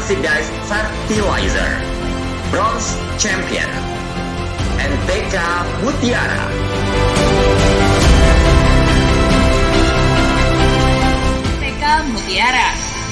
Subsidized Fertilizer, Bronze Champion, NPK Mutiara. NPK Mutiara.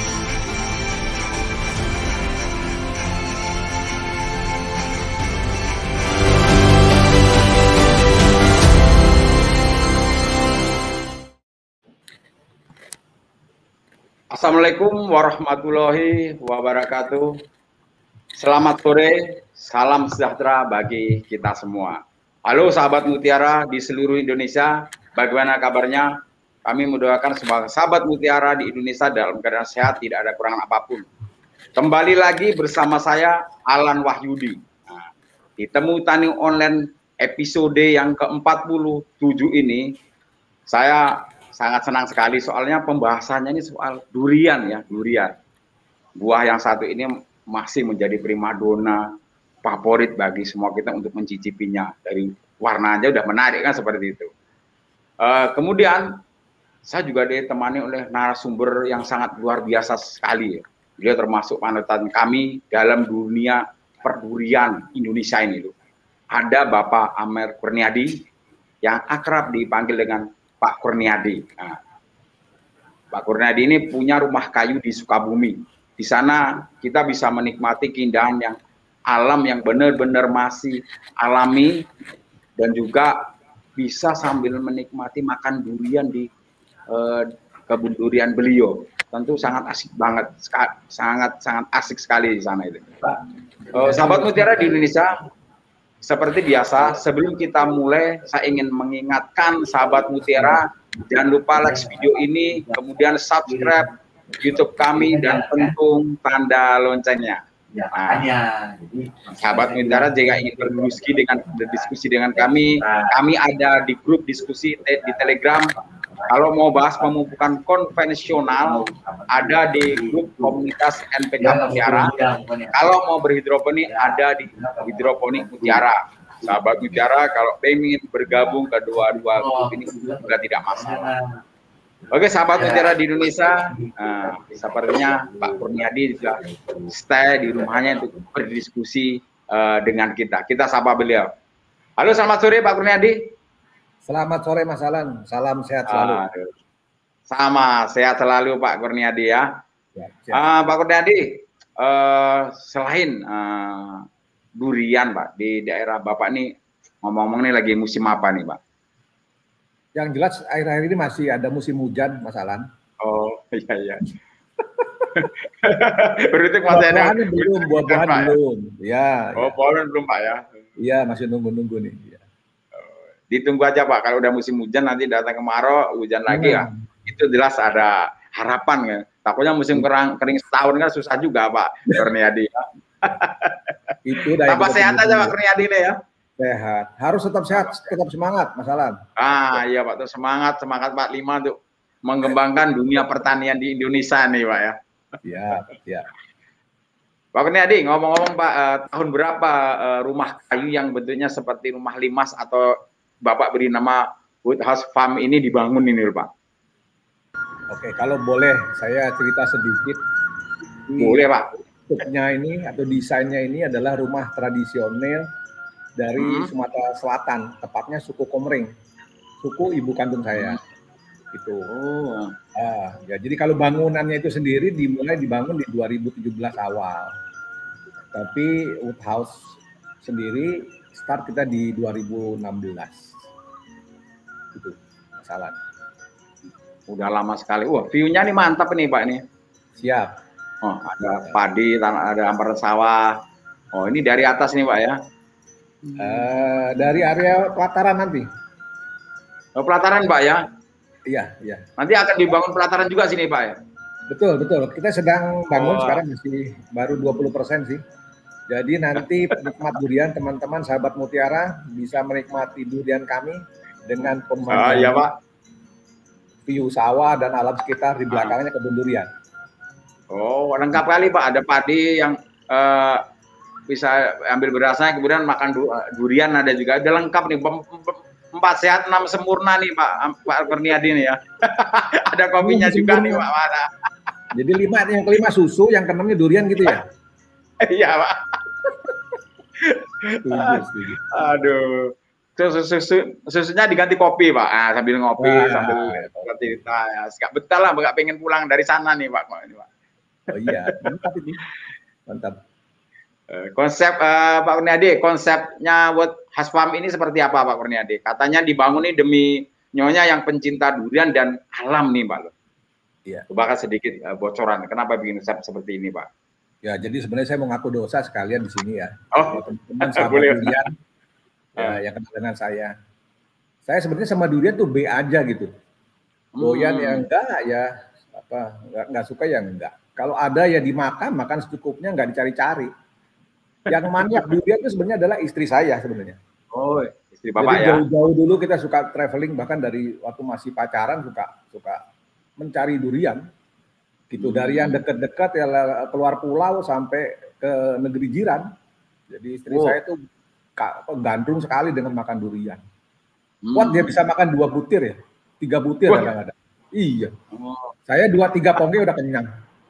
Assalamualaikum warahmatullahi wabarakatuh. Selamat sore, salam sejahtera bagi kita semua. Halo sahabat Mutiara di seluruh Indonesia, bagaimana kabarnya? Kami mendoakan semua sahabat Mutiara di Indonesia dalam keadaan sehat, tidak ada kekurangan apapun. Kembali lagi bersama saya, Alan Wahyudi. Nah, di Temu Tani Online episode yang ke-47 ini, saya sangat senang sekali soalnya pembahasannya ini soal durian ya, durian. Buah yang satu ini masih menjadi primadona favorit bagi semua kita untuk mencicipinya. Dari warna aja udah menarik kan seperti itu. Kemudian saya juga ditemani oleh narasumber yang sangat luar biasa sekali. Dia termasuk panutan kami dalam dunia perdurian Indonesia ini loh. Ada Bapak Amer Kurniadi yang akrab dipanggil dengan Pak Kurniadi. Nah, Pak Kurniadi ini punya rumah kayu di Sukabumi. Di sana kita bisa menikmati keindahan yang alam yang benar-benar masih alami dan juga bisa sambil menikmati makan durian di kebun durian beliau. Tentu sangat asik banget, sangat asik sekali di sana itu. Sahabat Mutiara di Indonesia, seperti biasa, sebelum kita mulai, saya ingin mengingatkan sahabat Mutiara, jangan lupa like video ini, kemudian subscribe YouTube kami, dan pentung tanda loncengnya. Nah, sahabat Mutiara jika ingin berdiskusi dengan kami ada di grup diskusi di Telegram. Kalau mau bahas pemupukan konvensional, ada di grup komunitas NPK Mutiara. Kalau mau berhidroponik, ada di hidroponik Mutiara. Sahabat Mutiara, kalau ingin bergabung kedua-dua grup ini juga tidak masalah. Oke, sahabat Mutiara di Indonesia, sepertinya Pak Kurniadi juga stay di rumahnya untuk berdiskusi dengan kita. Kita sapa beliau. Halo, selamat sore Pak Kurniadi. Selamat sore Mas Alan, salam sehat selalu. Sama, sehat selalu Pak Kurniadi ya. Pak Kurniadi, selain durian Pak, di daerah Bapak nih, ngomong-ngomong nih lagi musim apa nih Pak? Yang jelas akhir-akhir ini masih ada musim hujan Mas Alan. Oh iya. Berarti masih ada buah-buahan belum. Ya. Oh, buah-buahan belum Pak ya? Iya, masih nunggu-nunggu nih. Ya. Ditunggu aja Pak, kalau udah musim hujan nanti datang kemarau, hujan lagi ya. Itu jelas ada harapan ya. Takutnya musim kering setahun kan susah juga Pak Kurniadi. Itu tambah sehat aja Pak Kurniadi nih ya. Sehat, harus tetap sehat, tetap semangat Mas Alan. Iya Pak, terus semangat Pak Lima untuk mengembangkan dunia pertanian di Indonesia nih Pak ya. Iya. Pak Kurniadi, ngomong-ngomong Pak, tahun berapa rumah kayu yang bentuknya seperti rumah limas atau Bapak beri nama Woodhouse Farm ini dibangun ini Pak? Oke, kalau boleh saya cerita sedikit. Boleh Pak. Bentuknya ini atau desainnya ini adalah rumah tradisional dari Sumatera Selatan, tepatnya suku Komering, suku ibu kandung saya. Gitu. Ya, jadi kalau bangunannya itu sendiri dibangun di 2017 awal. Tapi Woodhouse sendiri start kita di 2016. Itu masalah. Udah lama sekali. Wah, view-nya nih mantap nih Pak nih. Siap. Oh, ada padi, ada hamparan sawah. Oh, ini dari atas nih Pak ya. Dari area pelataran nanti. Oh, pelataran Pak ya? Iya. Nanti akan dibangun pelataran juga sini Pak ya? Betul. Kita sedang bangun sekarang masih baru 20% sih. Jadi nanti penikmat durian, teman-teman sahabat Mutiara bisa menikmati durian kami dengan pemandangan Pak. view sawah dan alam sekitar di belakangnya kebun durian. Oh, lengkap kali Pak. Ada padi yang bisa ambil berasnya, kemudian makan durian ada juga. Ada lengkap nih. 4 sehat 6 sempurna nih Pak Kurniadi nih ya. Ada kopinya juga nih Pak. Jadi yang kelima susu, yang keenamnya durian gitu ya? Iya, Pak. Setuju. Aduh. Susunya diganti kopi, Pak. Ah, sambil ngopi, sambil cerita. Ya, nggak betah lah, nggak pengen pulang dari sana nih, Pak. Oh iya, mantap ini. Mantap. Konsep Pak Kurniadi, konsepnya buat Hasfam ini seperti apa, Pak Kurniadi? Katanya dibangun ini demi nyonya yang pencinta durian dan alam nih, Pak. Iya. Coba sedikit bocoran, kenapa bikin konsep seperti ini, Pak? Ya, jadi sebenarnya saya mau ngaku dosa sekalian di sini ya. Oh, teman-teman sama durian yang kenal dengan saya. Saya sebenarnya sama durian tuh B aja gitu. Doyan ya enggak, ya apa enggak suka ya enggak. Kalau ada ya dimakan, makan secukupnya, enggak dicari-cari. Yang maniak durian itu sebenarnya adalah istri saya sebenarnya. Oh, istri Bapak. Jadi ya. Jauh-jauh dulu kita suka traveling, bahkan dari waktu masih pacaran suka mencari durian. Gitu, dari yang dekat-dekat ya keluar pulau sampai ke negeri jiran. Jadi istri saya tuh gandrung sekali dengan makan durian. Kuat dia bisa makan 2 butir ya, 3 butir kadang-kadang. Iya. Saya 2-3 pongge udah kenyang.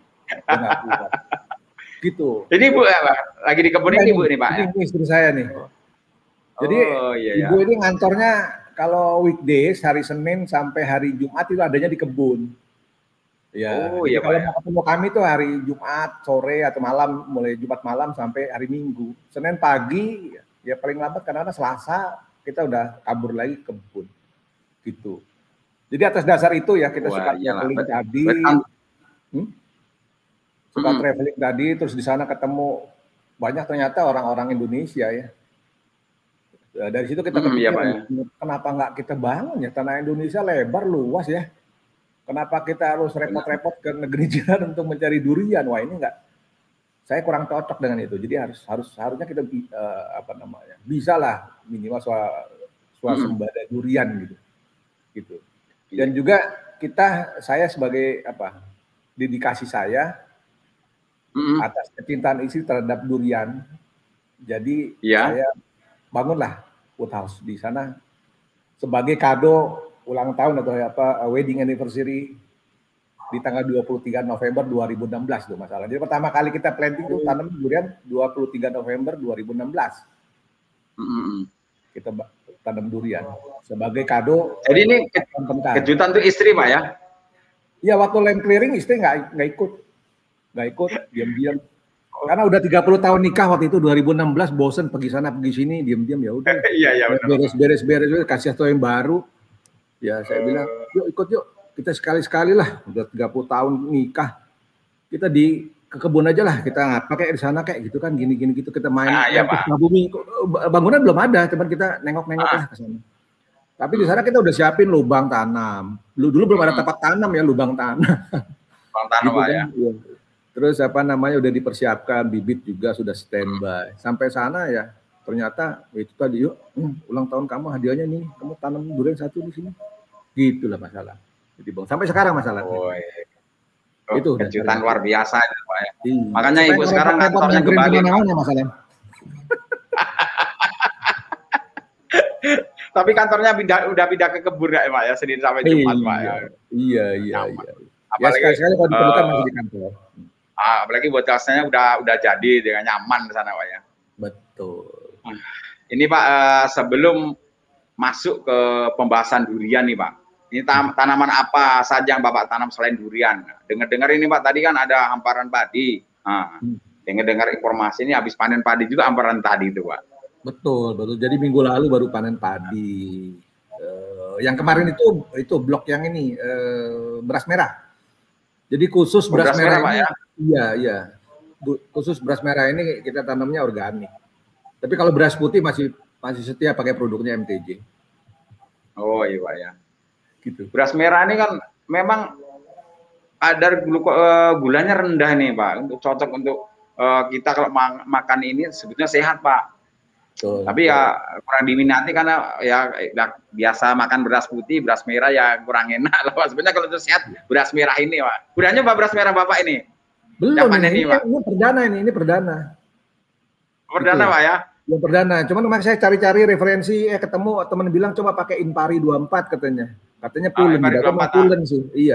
Gitu. Jadi Bu lagi di kebun ini Bu nih Pak. Ini istri saya nih. Jadi ibu ini ngantornya kalau weekdays hari Senin sampai hari Jumat itu adanya di kebun. Ya, iya, kalau mau ketemu kami tuh hari Jumat sore atau malam, mulai Jumat malam sampai hari Minggu. Senin pagi ya paling lambat kadang-kadang Selasa kita udah kabur lagi ke kebun. Gitu. Jadi atas dasar itu ya kita suka traveling tadi. Suka traveling tadi, terus di sana ketemu banyak ternyata orang-orang Indonesia ya. Dari situ kita kepikir, kenapa nggak kita bangun ya, tanah Indonesia lebar luas ya. Kenapa kita harus repot-repot ke negeri jiran untuk mencari durian? Wah ini enggak, saya kurang cocok dengan itu. Jadi harusnya kita bisa lah minimal swasembada durian gitu. Dan juga saya sebagai dedikasi saya atas kecintaan istri terhadap durian. Jadi saya bangunlah food house di sana sebagai kado ulang tahun atau wedding anniversary di tanggal 23 November 2016 tuh masalah. Jadi pertama kali kita planting tuh tanam durian 23 November 2016. Kita tanam durian sebagai kado. Jadi ini kejutan tuh istri Pak ya? Iya, waktu land clearing istri nggak ikut, diam-diam. Karena udah 30 tahun nikah waktu itu 2016, bosen pergi sana pergi sini, diam-diam ya udah. Iya beres kasih satu yang baru. Ya saya bilang, yuk ikut yuk, kita sekali-sekali lah, udah 30 tahun nikah, kita ke kebun aja lah, kita kayak di sana kayak gitu kan, gini gitu, kita main bumi, bangunan belum ada, cuman kita nengok-nengok lah ke sana. Tapi di sana kita udah siapin lubang tanam, dulu belum ada tempat tanam ya, lubang tanam. Lubang tanam gitu, ya. Terus udah dipersiapkan, bibit juga sudah standby, sampai sana ya. Ternyata itu tadi yuk ulang tahun kamu hadiahnya nih, kamu tanam durian 1 di sini. Gitulah masalah. Jadi sampai sekarang masalah. Itu kejutan luar biasa ya, Pak ya. Makanya Ibu sekarang kantornya kembali. Masalah. Tapi kantornya udah pindah ke kebun ya Pak ya, Senin sampai Jumat Pak ya. Iya. Apalagi sekali kalau diperlukan masih di kantor. Apalagi buat rasanya udah jadi dengan nyaman di sana Pak ya. Betul. Ini Pak, sebelum masuk ke pembahasan durian nih Pak, ini tanaman apa saja yang Bapak tanam selain durian? Dengar-dengar ini Pak, tadi kan ada hamparan padi. Dengar-dengar informasi ini habis panen padi juga hamparan tadi itu Pak. Betul. Jadi minggu lalu baru panen padi. Yang kemarin itu blok yang ini beras merah. Jadi khusus beras merah Pak ya? Iya. Khusus beras merah ini kita tanamnya organik. Tapi kalau beras putih masih setia pakai produknya MTJ. Oh iya Pak ya. Gitu. Beras merah ini kan memang kadar gulanya rendah nih Pak. Cocok untuk kita kalau makan ini sebetulnya sehat Pak. Betul. Tapi ya kurang diminati karena ya biasa makan beras putih, beras merah ya kurang enak lah Pak. Sebenarnya kalau itu sehat beras merah ini Pak. Udahnya Pak beras merah Bapak ini? Belum, ini perdana ini perdana. Perdana Pak ya? Yang perdana. Cuman memang saya cari-cari referensi, ketemu teman bilang coba pakai Impari 24 katanya. Katanya pulen, pulen sih. Iya.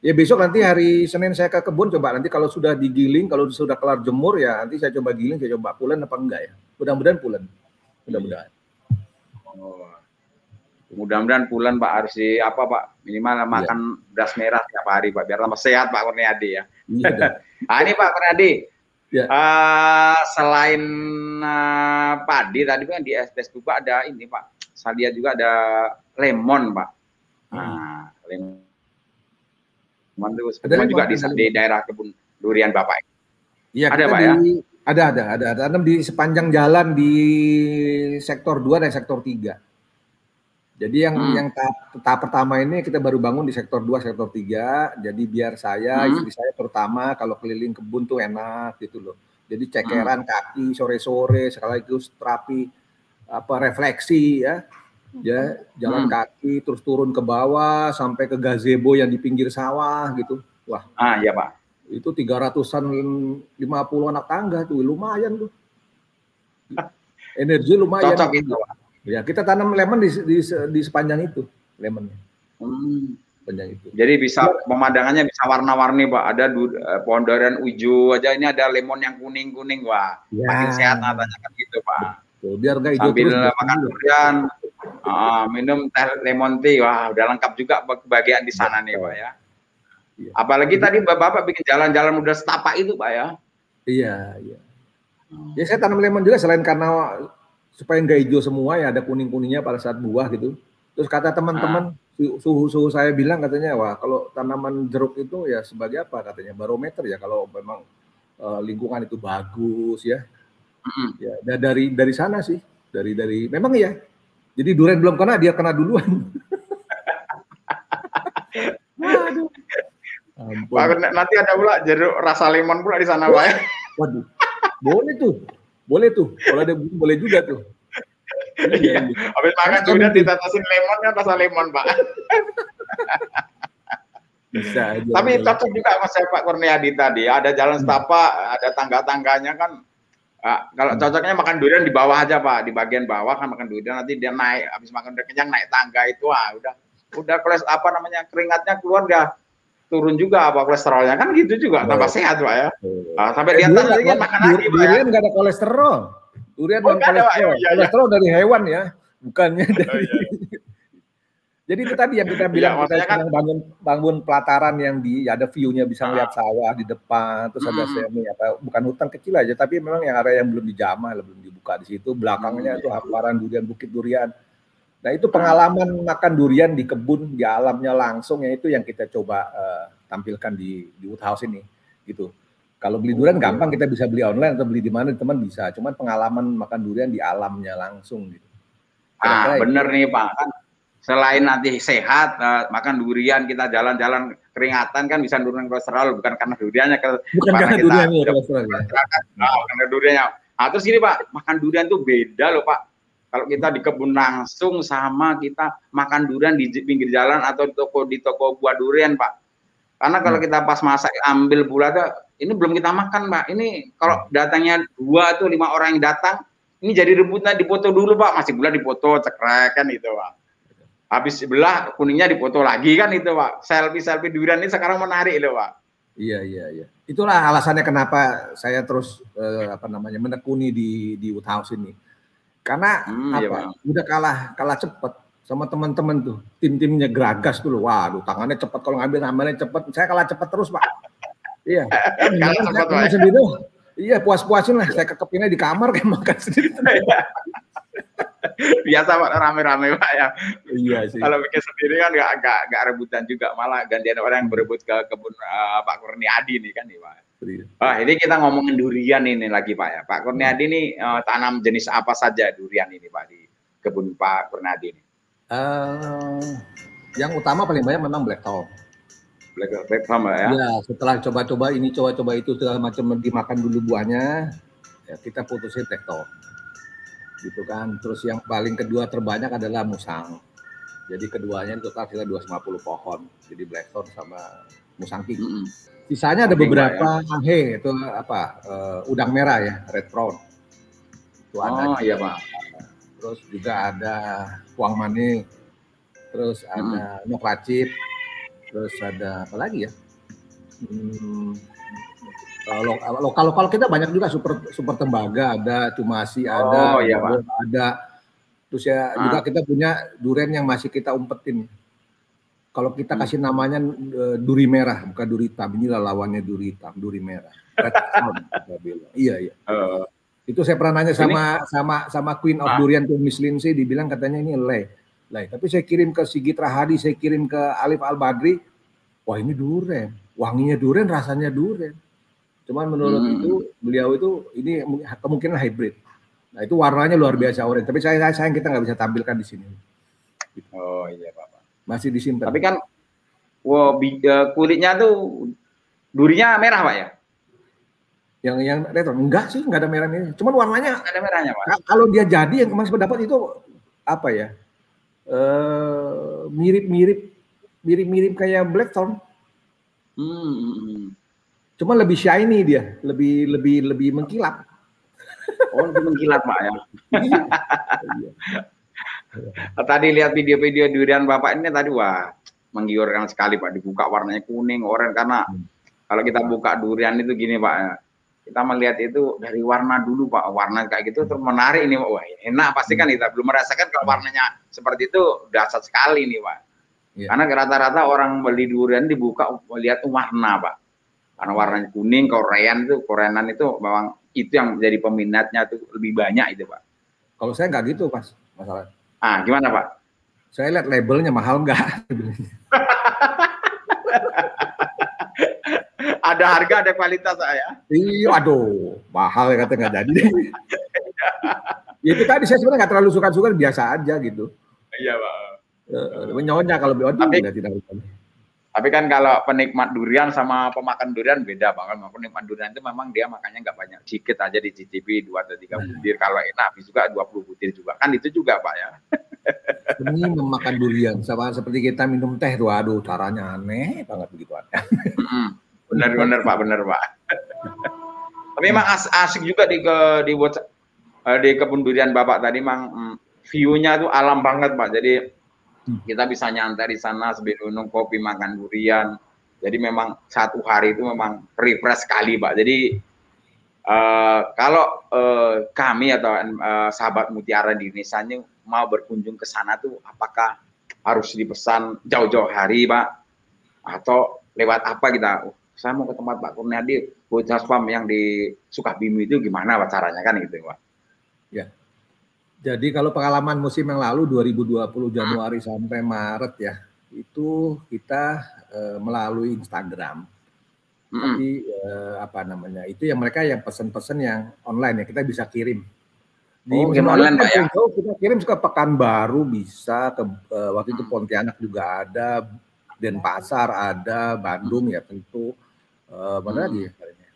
Ya besok nanti hari Senin saya ke kebun coba nanti kalau sudah digiling, kalau sudah kelar jemur ya nanti saya coba giling, saya coba pulen apa enggak ya. Mudah-mudahan pulen. Mudah-mudahan. Oh. Mudah-mudahan pulen Pak harus di apa Pak minimal makan beras merah tiap hari Pak biar tambah sehat Pak Kurniadi ya. Iya. Ini Pak Kurniadi. Ya. Selain padi tadi kan di Facebook Pak ada ini Pak. Saya lihat juga ada lemon Pak. Nah, lemon itu sebetulnya juga di daerah kebun durian Bapak. Iya, ada Pak ya? Ada. Tanam di sepanjang jalan di sektor 2 dan sektor 3. Jadi yang tahap pertama ini kita baru bangun di sektor 2, sektor 3. Jadi biar saya, istri saya terutama kalau keliling kebun tuh enak gitu loh. Jadi cekeran kaki sore-sore sekaligus terapi refleksi ya. Ya, jalan kaki terus turun ke bawah sampai ke gazebo yang di pinggir sawah gitu. Wah. Iya Pak. Itu 300-an 50 anak tangga tuh, lumayan tuh. Energi lumayan. Cocok itu Pak. Ya, kita tanam lemon di sepanjang itu, lemonnya. Sepanjang itu. Jadi bisa pemandangannya bisa warna-warni Pak. Ada pohon durian hijau aja, ini ada lemon yang kuning-kuning, wah. Makin sehat katanya kan gitu Pak. Tuh, biar nggak hijau sambil terus. Makan durian, minum teh lemon tea, wah udah lengkap juga kebahagiaan di sana nih Pak ya. Iya. Apalagi tadi Bapak bikin jalan-jalan udah setapak itu Pak ya. Iya. Ya saya tanam lemon juga selain karena supaya nggak hijau semua ya ada kuning-kuningnya pada saat buah gitu. Terus kata teman-teman suhu saya bilang katanya wah kalau tanaman jeruk itu ya sebagai apa katanya barometer ya kalau memang lingkungan itu bagus ya. Ya dari sana sih dari memang ya. Jadi durian belum kena dia kena duluan. Waduh. Pak, nanti ada pula jeruk rasa lemon pula di sana Pak ya. Waduh. Boleh tuh. Kalau ada boleh juga tuh. Iya. Habis makan durian ditetesin lemon kan rasa lemon Pak. Bisa aja. Tapi cocok juga sama saya Pak Kurniadi tadi. Ada jalan setapak, ada tangga-tangganya kan. Kalau cocoknya makan durian di bawah aja Pak, di bagian bawah kan makan durian nanti dia naik, habis makan udah kenyang naik tangga itu udah keringatnya keluar udah turun juga kolesterolnya kan gitu juga tambah sehat Pak ya. Sampai di atas nanti kan makan lagi Pak ya. Durian nggak ada kolesterol. Durian non kolesterol. Kolesterol dari hewan ya, bukannya dari. Jadi itu tadi yang kita bilang kita sedang bangun pelataran yang ada view-nya bisa ngeliat sawah di depan, terus ada bukan hutan kecil aja, tapi memang yang area yang belum dijamah, belum dibuka di situ, belakangnya itu hamparan durian, bukit durian. Nah itu pengalaman makan durian di kebun, di alamnya langsung, ya itu yang kita coba tampilkan di Woodhouse ini, gitu. Kalau beli durian gampang, kita bisa beli online atau beli di mana teman bisa, cuman pengalaman makan durian di alamnya langsung, gitu. Bener nih Pak, kan selain nanti sehat, makan durian, kita jalan-jalan keringatan kan bisa nurunin kolesterol, bukan karena duriannya, karena duriannya kolesterol ya. Karena duriannya. Terus gini Pak, makan durian tuh beda loh Pak. Kalau kita di kebun langsung sama kita makan durian di pinggir jalan atau di toko buah durian Pak. Karena kalau kita pas masak ambil buah tuh, ini belum kita makan Pak. Ini kalau datangnya 2 atau 5 orang yang datang, ini jadi rebutan dipoto dulu Pak, masih bulan dipoto cekrek kan itu Pak. Habis sebelah kuningnya dipoto lagi kan itu Pak. Selfie durian ini sekarang menarik loh Pak. Iya. Itulah alasannya kenapa saya terus menekuni di Woodhouse ini. Karena udah kalah cepet sama teman-teman tuh. Tim-timnya geragas tuh loh. Waduh, tangannya cepet kalau ngambilnya cepet. Saya kalah cepet terus Pak. Iya. Kalah cepet Pak. Sendiri. Iya, puas-puasin lah. Saya kekepinnya di kamar kayak makan sendiri. Biasa Pak, rame-rame Pak ya. Iya sih. Kalau bikin sendiri kan nggak rebutan juga, malah gantian orang yang berebut ke kebun Pak Kurniadi nih kan nih Pak. Ini kita ngomongin durian ini lagi Pak ya. Pak Kurniadi ini tanam jenis apa saja durian ini Pak di kebun Pak Kurniadi ini? Yang utama paling banyak memang black thorn. Black thorn ya. Ya, setelah coba-coba ini, coba-coba itu segala macam dimakan dulu buahnya, ya kita putusin black thorn. Gitu kan. Terus yang paling kedua terbanyak adalah musang. Jadi keduanya total kita 250 pohon. Jadi blackthorn sama musang king. Sisanya ada beberapa anghe itu udang merah ya, red thorn. Itu ada. Iya Pak. Terus juga ada puang mani. Terus ada nyok lacip. Terus ada apa lagi ya? Lokal kita banyak juga, super tembaga ada, cumasi ada, iya, Pak. ada. Terus ya juga kita punya durian yang masih kita umpetin. Kalau kita kasih namanya duri merah, bukan duri hitam. Inilah lawannya duri hitam, duri merah. Red Sound, kita bilang. Iya. Itu saya pernah nanya sama Queen of Durian tuh Miss Lindsay, dibilang katanya ini lei. Tapi saya kirim ke Sigit Rahadi, saya kirim ke Alif Al-Badri, wah ini durian, wanginya durian, rasanya durian. Cuman menurut beliau itu ini kemungkinan hybrid. Nah itu warnanya luar biasa orange. Tapi sayang kita nggak bisa tampilkan di sini. Oh iya Pak. Masih disimpan. Tapi kan, kulitnya tuh durinya merah Pak ya? Yang retro enggak sih, nggak ada merahnya. Cuman warnanya ada merahnya Pak. Kalau dia jadi yang kemarin pendapat itu apa ya? Mirip kayak blackthorn. Cuma lebih shiny dia, lebih mengkilap. Oh, lebih mengkilap Pak ya. Tadi lihat video-video durian Bapak ini tadi, wah menggiurkan sekali Pak. Dibuka warnanya kuning, oranye, karena kalau kita buka durian itu gini Pak, kita melihat itu dari warna dulu Pak, warna kayak gitu terus menarik ini Pak. Wah enak pasti kan, kita belum merasakan kalau warnanya seperti itu dahsyat sekali nih Pak. Karena rata-rata orang beli durian dibuka melihat warna Pak. Karena warnanya kuning, koreanan itu memang itu yang menjadi peminatnya tuh lebih banyak itu Pak. Kalau saya nggak gitu Mas, masalah. Gimana Pak? Saya lihat labelnya mahal nggak? Ada harga, ada kualitas saya. Iya, aduh, mahal ya kata nggak jadi. Ya itu tadi saya sebenarnya nggak terlalu suka biasa aja gitu. Iya Pak. Menyonya kalau Tapi kan kalau penikmat durian sama pemakan durian beda Pak. Kalau penikmat durian itu memang dia makannya nggak banyak, sedikit aja dicicipi 2 atau 3 butir. Kalau enak habis juga 20 butir juga. Kan itu juga Pak ya. Ini memakan durian sama seperti kita minum teh tuh, aduh caranya aneh banget begitu aja. Benar Pak. Tapi memang asik juga di kebun durian Bapak tadi, memang view-nya tuh alam banget Pak. Jadi kita bisa nyantai di sana sambil minum kopi, makan durian. Jadi memang satu hari itu memang refresh sekali Pak. Jadi kalau kami atau sahabat Mutiara di Indonesia ini mau berkunjung ke sana tuh, apakah harus dipesan jauh-jauh hari Pak? Atau lewat apa kita? Saya mau ke tempat Pak Kurniadi, Bocah Spam yang di Sukabumi itu gimana Pak caranya kan gitu Pak? Ya. Jadi kalau pengalaman musim yang lalu 2020 Januari sampai Maret ya, itu kita melalui Instagram. Tapi itu yang mereka yang pesen-pesen yang online ya, kita bisa kirim. Di online Pak ya? Kita kirim ke Pekanbaru bisa, ke waktu itu Pontianak juga ada, Denpasar ada, Bandung ya tentu, mana lagi ya?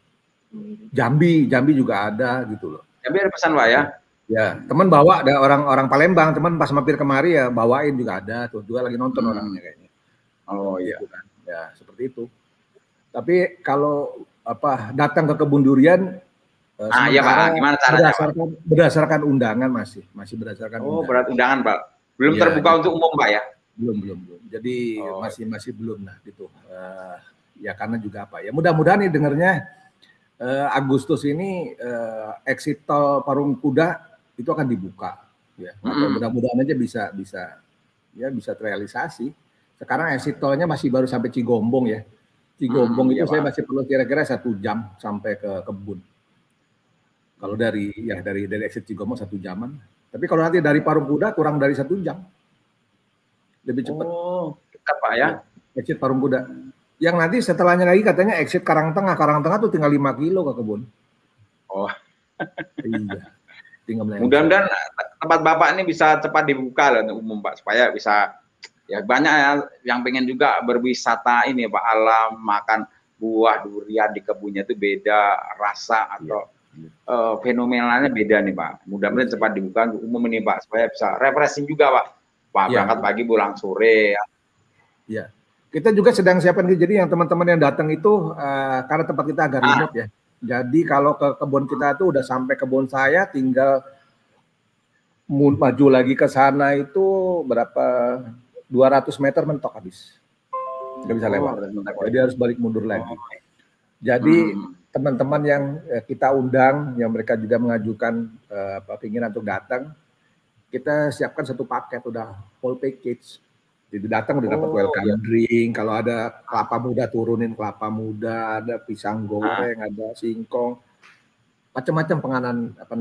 Jambi juga ada gitu loh. Jambi ada pesan Pak ya? Ya, teman bawa, ada orang Palembang, teman pas mampir kemari ya bawain juga ada, tuh juga lagi nonton orangnya kayaknya. Oh iya. Gitu kan. Ya seperti itu. Tapi kalau datang ke kebun durian, iya Pak, gimana caranya? Berdasarkan undangan masih berdasarkan. Berat undangan Pak. Belum ya, terbuka untuk umum Pak ya? Belum. Jadi masih belum lah gitu. Ya karena juga ya mudah-mudahan nih dengarnya Agustus ini exit tol Parung Kuda itu akan dibuka ya. Mudah-mudahan aja bisa terrealisasi. Sekarang exit tolnya masih baru sampai Cigombong ya. Cigombong itu saya masih perlu kira-kira 1 jam sampai ke kebun. Kalau dari exit Cigombong 1 jaman. Tapi kalau nanti dari Parung Kuda kurang dari 1 jam. Lebih cepat. Dekat Pak ya. Exit Parung Kuda. Yang nanti setelahnya lagi katanya exit Karangtengah. Karangtengah tuh tinggal 5 kilo ke kebun. Iya. Mudah-mudahan tempat Bapak ini bisa cepat dibuka lah untuk umum Pak, supaya bisa ya banyak ya yang pengen juga berwisata ini Pak, alam, makan buah durian di kebunnya itu beda rasa atau fenomenalnya beda nih Pak. Mudah-mudahan cepat dibuka untuk umum ini Pak, supaya bisa refreshing juga Pak. Berangkat pagi pulang sore ya. Iya. Kita juga sedang siapkan, jadi yang teman-teman yang datang itu karena tempat kita agak remote ya. Jadi kalau ke kebun kita tuh udah sampai kebun saya, tinggal maju lagi ke sana itu berapa 200 meter mentok habis. nggak bisa lewat. Jadi harus balik mundur lagi. Jadi teman-teman yang kita undang, yang mereka juga mengajukan keinginan untuk datang, kita siapkan satu paket, udah whole package. Jadi datang udah dapat welcome drink, kalau ada kelapa muda turunin kelapa muda, ada pisang goreng, ada singkong, macam-macam penganan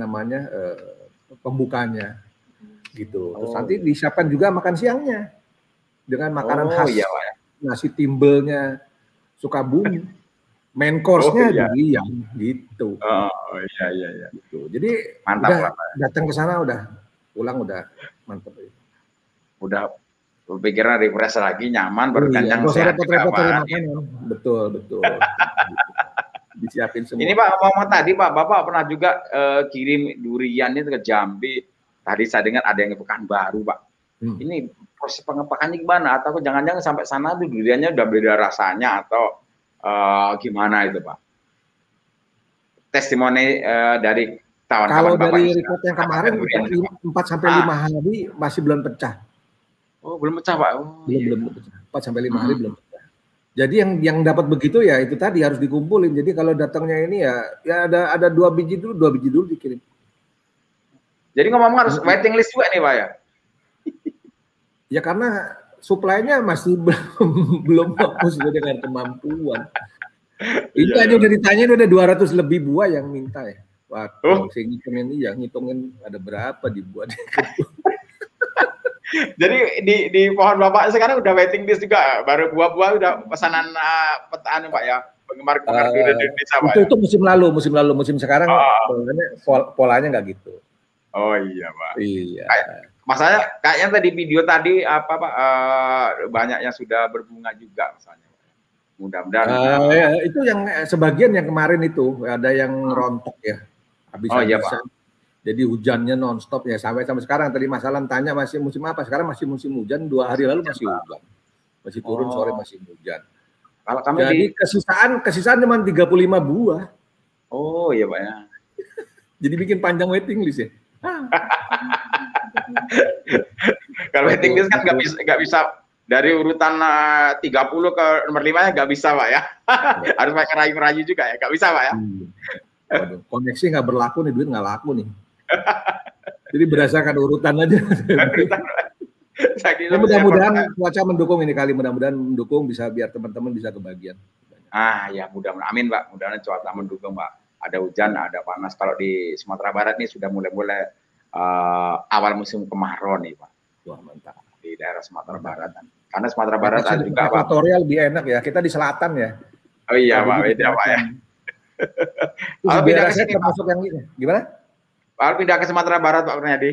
pembukanya gitu. Terus nanti disiapkan juga makan siangnya dengan makanan khas, nasi timbelnya Sukabumi, main course-nya durian gitu. Iya. Gitu. Jadi mantap, datang ke sana udah pulang udah mantap. Udah pikiran refresh lagi, nyaman, baru kenyang, sehat juga, Pak. Betul. Disiapin semua. Ini Pak, ngomong tadi Pak, Bapak pernah juga kirim durian itu ke Jambi. Tadi saya dengar ada yang ke Pekanbaru, Pak. Ini proses pengepakannya gimana? Atau jangan-jangan sampai sana tuh duriannya udah beda rasanya atau gimana itu, Pak? Testimoni dari kawan-kawan Kalau Bapak. dari report yang kemarin 4-5 hari masih belum pecah. Oh, belum pecah, Pak. Belum pecah. 4-5 hari belum pecah. Jadi yang dapat begitu ya itu tadi harus dikumpulin. Jadi kalau datangnya ini ya ada 2 biji dulu dikirim. Jadi ngomong harus waiting list juga nih, Pak ya? Ya karena supply-nya masih belum sesuai dengan kemampuan. Itu aja udah ditanya udah 200 lebih buah yang minta ya. Waduh, saya ngitungin ada berapa di buah. Jadi di pohon Bapak sekarang udah waiting list juga, baru buah-buah udah pesanan petani Pak ya, penggemar durian di Indonesia Pak. Itu musim lalu, musim sekarang polanya nggak gitu. Oh iya Pak. Iya. Masanya kayaknya tadi video tadi apa Pak banyak yang sudah berbunga juga misalnya. Mudah-mudahan. Itu yang sebagian yang kemarin itu ada yang rontok ya. Habis-habisan. Jadi hujannya nonstop ya sampai sekarang. Tadi masalah tanya masih musim apa? Sekarang masih musim hujan. 2 hari lalu masih hujan, masih turun sore masih hujan. Kalau kami jadi kesisaan cuma 35 buah. Oh iya Pak ya. Jadi bikin panjang waiting list ya. Kalau waiting list kan nggak bisa dari urutan 30 ke nomor 5-nya nggak bisa Pak ya. Harus pakai rayu-rayu juga ya, nggak bisa Pak ya. Waduh, koneksi nggak berlaku nih, duit nggak laku nih. Jadi berdasarkan urutan aja. Ya, mudah-mudahan cuaca mendukung ini kali, mudah-mudahan mendukung bisa biar teman-teman bisa kebagian. Ya mudah-mudahan, amin Pak, mudah-mudahan cuaca mendukung Pak. Ada hujan, ada panas. Kalau di Sumatera Barat nih sudah mulai awal musim kemarau nih Pak. Wah mantap. Di daerah Sumatera Barat. Karena Sumatera Barat ada juga Pak. Ekuatorial lebih enak ya, kita di selatan ya. Oh iya Pak, beda Pak ya. Kalau pindah ke sini termasuk yang ini, gimana? Kalau pindah ke Sumatera Barat Pak Kurniadi.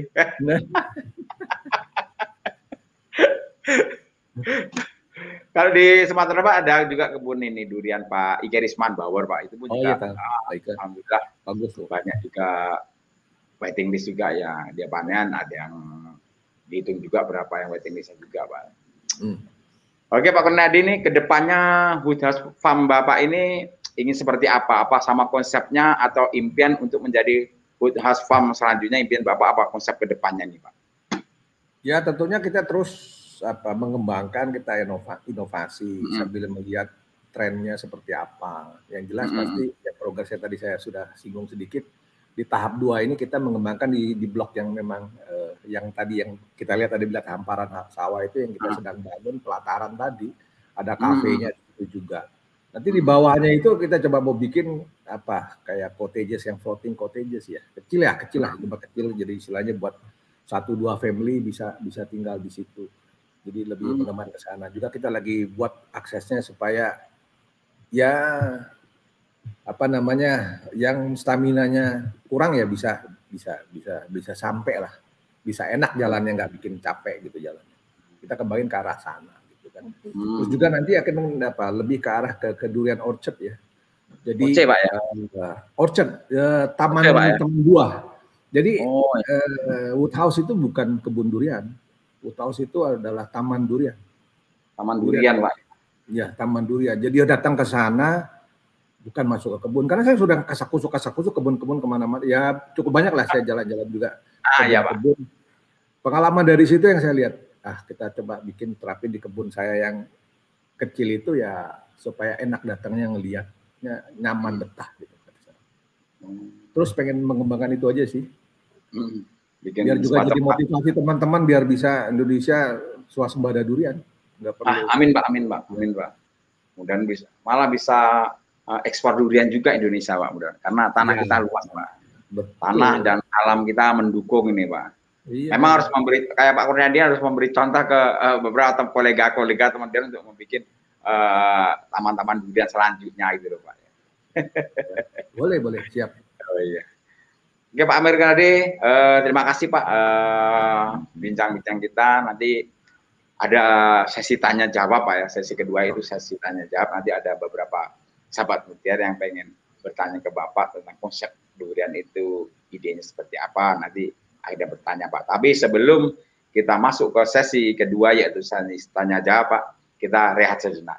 Kalau di Sumatera Barat ada juga kebun ini durian Pak Ike Risman Bauer Pak, itu pun juga alhamdulillah bagus loh, banyak juga waiting list juga ya, dia panen, ada yang dihitung juga berapa yang waiting listnya juga Pak. Oke Pak Kurniadi, ini kedepannya Wood House Farm Bapak ini ingin seperti apa? Apa sama konsepnya atau impian untuk menjadi Wood House Farm selanjutnya, impian Bapak apa konsep kedepannya nih Pak? Ya tentunya kita terus mengembangkan, kita inovasi sambil melihat trennya seperti apa. Yang jelas pasti ya, progresnya tadi saya sudah singgung sedikit. Di tahap 2 ini kita mengembangkan di blok yang memang yang tadi yang kita lihat tadi bilang hamparan sawah itu yang kita sedang bangun, pelataran tadi ada kafenya itu juga. Nanti di bawahnya itu kita coba mau bikin apa kayak cottages yang floating cottages ya, kecil lah, tempat kecil, jadi istilahnya buat 1-2 family bisa tinggal di situ. Jadi lebih pengembangan ke sana. Juga kita lagi buat aksesnya supaya ya yang staminanya kurang ya bisa sampai lah, bisa enak jalannya, nggak bikin capek gitu jalannya. Kita kembangin ke arah sana gitu kan. Terus juga nanti akan lebih ke arah ke durian orchard ya. Jadi Pak, ya? Orchard taman buah. Jadi Wood House itu bukan kebun durian. Wood House itu adalah taman durian. Taman durian Pak. Ya, taman durian. Jadi dia datang ke sana, bukan masuk ke kebun. Karena saya sudah kasak-kusuk kebun-kebun kemana-mana. Ya cukup banyak lah saya jalan-jalan juga. Ya Pak. Kebun. Pengalaman dari situ yang saya lihat, kita coba terapin di kebun saya yang kecil itu ya supaya enak datangnya ngelihatnya, nyaman betah gitu. Terus pengen mengembangkan itu aja sih. Biar juga jadi motivasi teman-teman biar bisa Indonesia swasembada durian. Nggak perlu. Amin Pak. Mudah-mudahan malah bisa ekspor durian juga Indonesia Pak. Mudah karena tanah kita luas Pak. Betul. Tanah dan alam kita mendukung ini Pak. Iya. Memang harus memberi, kayak Pak Kurniadi harus memberi contoh ke beberapa kolega-kolega teman-teman untuk membuat taman-taman durian selanjutnya gitu loh Pak. Boleh, siap. Oh iya. Oke Pak Amir Kanadi, terima kasih Pak bincang-bincang kita. Nanti ada sesi tanya jawab Pak ya. Sesi kedua itu sesi tanya jawab. Nanti ada beberapa sahabat mutiara yang pengen bertanya ke Bapak tentang konsep durian itu, idenya seperti apa. Nanti ada bertanya Pak. Tapi sebelum kita masuk ke sesi kedua yaitu sesi tanya jawab Pak, kita rehat sejenak.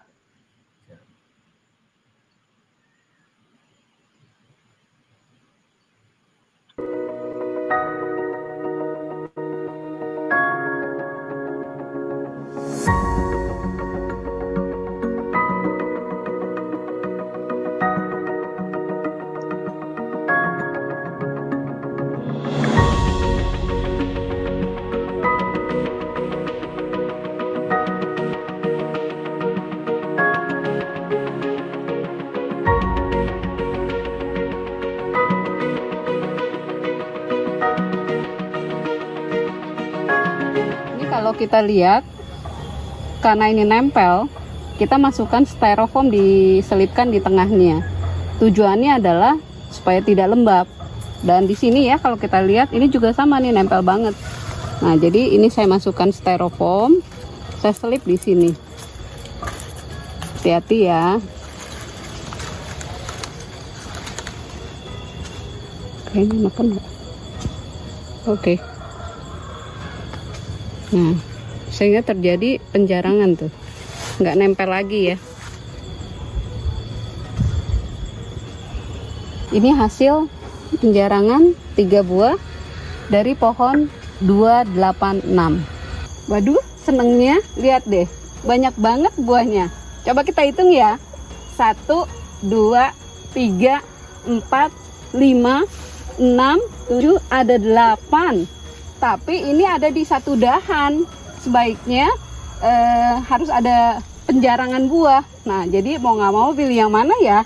Kalau kita lihat, karena ini nempel, kita masukkan styrofoam diselipkan di tengahnya. Tujuannya adalah supaya tidak lembab. Dan di sini ya, kalau kita lihat, ini juga sama nih, nempel banget. Nah, jadi ini saya masukkan styrofoam, saya selip di sini. Hati-hati ya. Kayaknya makan nggak? Oke. Nah, sehingga terjadi penjarangan tuh, nggak nempel lagi ya. Ini hasil penjarangan 3 buah dari pohon 286. Waduh, senengnya, lihat deh, banyak banget buahnya. Coba kita hitung ya. 1, 2, 3, 4, 5, 6, 7, ada 8. Tapi ini ada di satu dahan, sebaiknya harus ada penjarangan buah. Nah, jadi mau nggak mau pilih yang mana ya?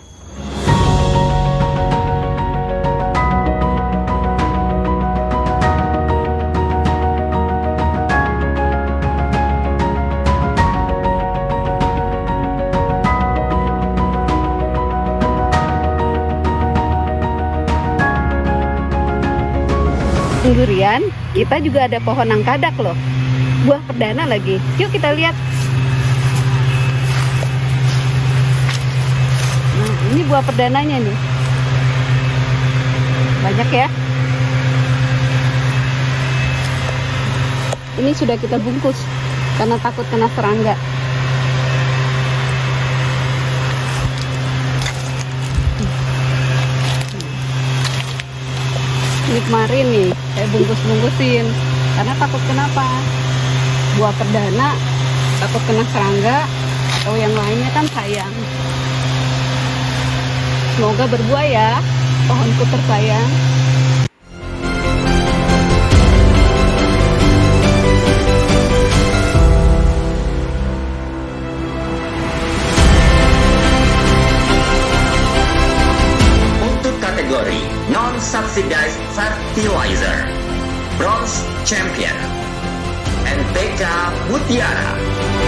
Durian, kita juga ada pohon nangkadak loh, buah perdana lagi. Yuk kita lihat. Nah, ini buah perdananya nih, banyak ya. Ini sudah kita bungkus karena takut kena serangga. Ini kemarin nih saya bungkus-bungkusin karena takut kenapa, buah perdana takut kena serangga atau yang lainnya kan sayang. Semoga berbuah ya pohonku tersayang. Kategori non-subsidized fertilizer, bronze champion, NPK Mutiara.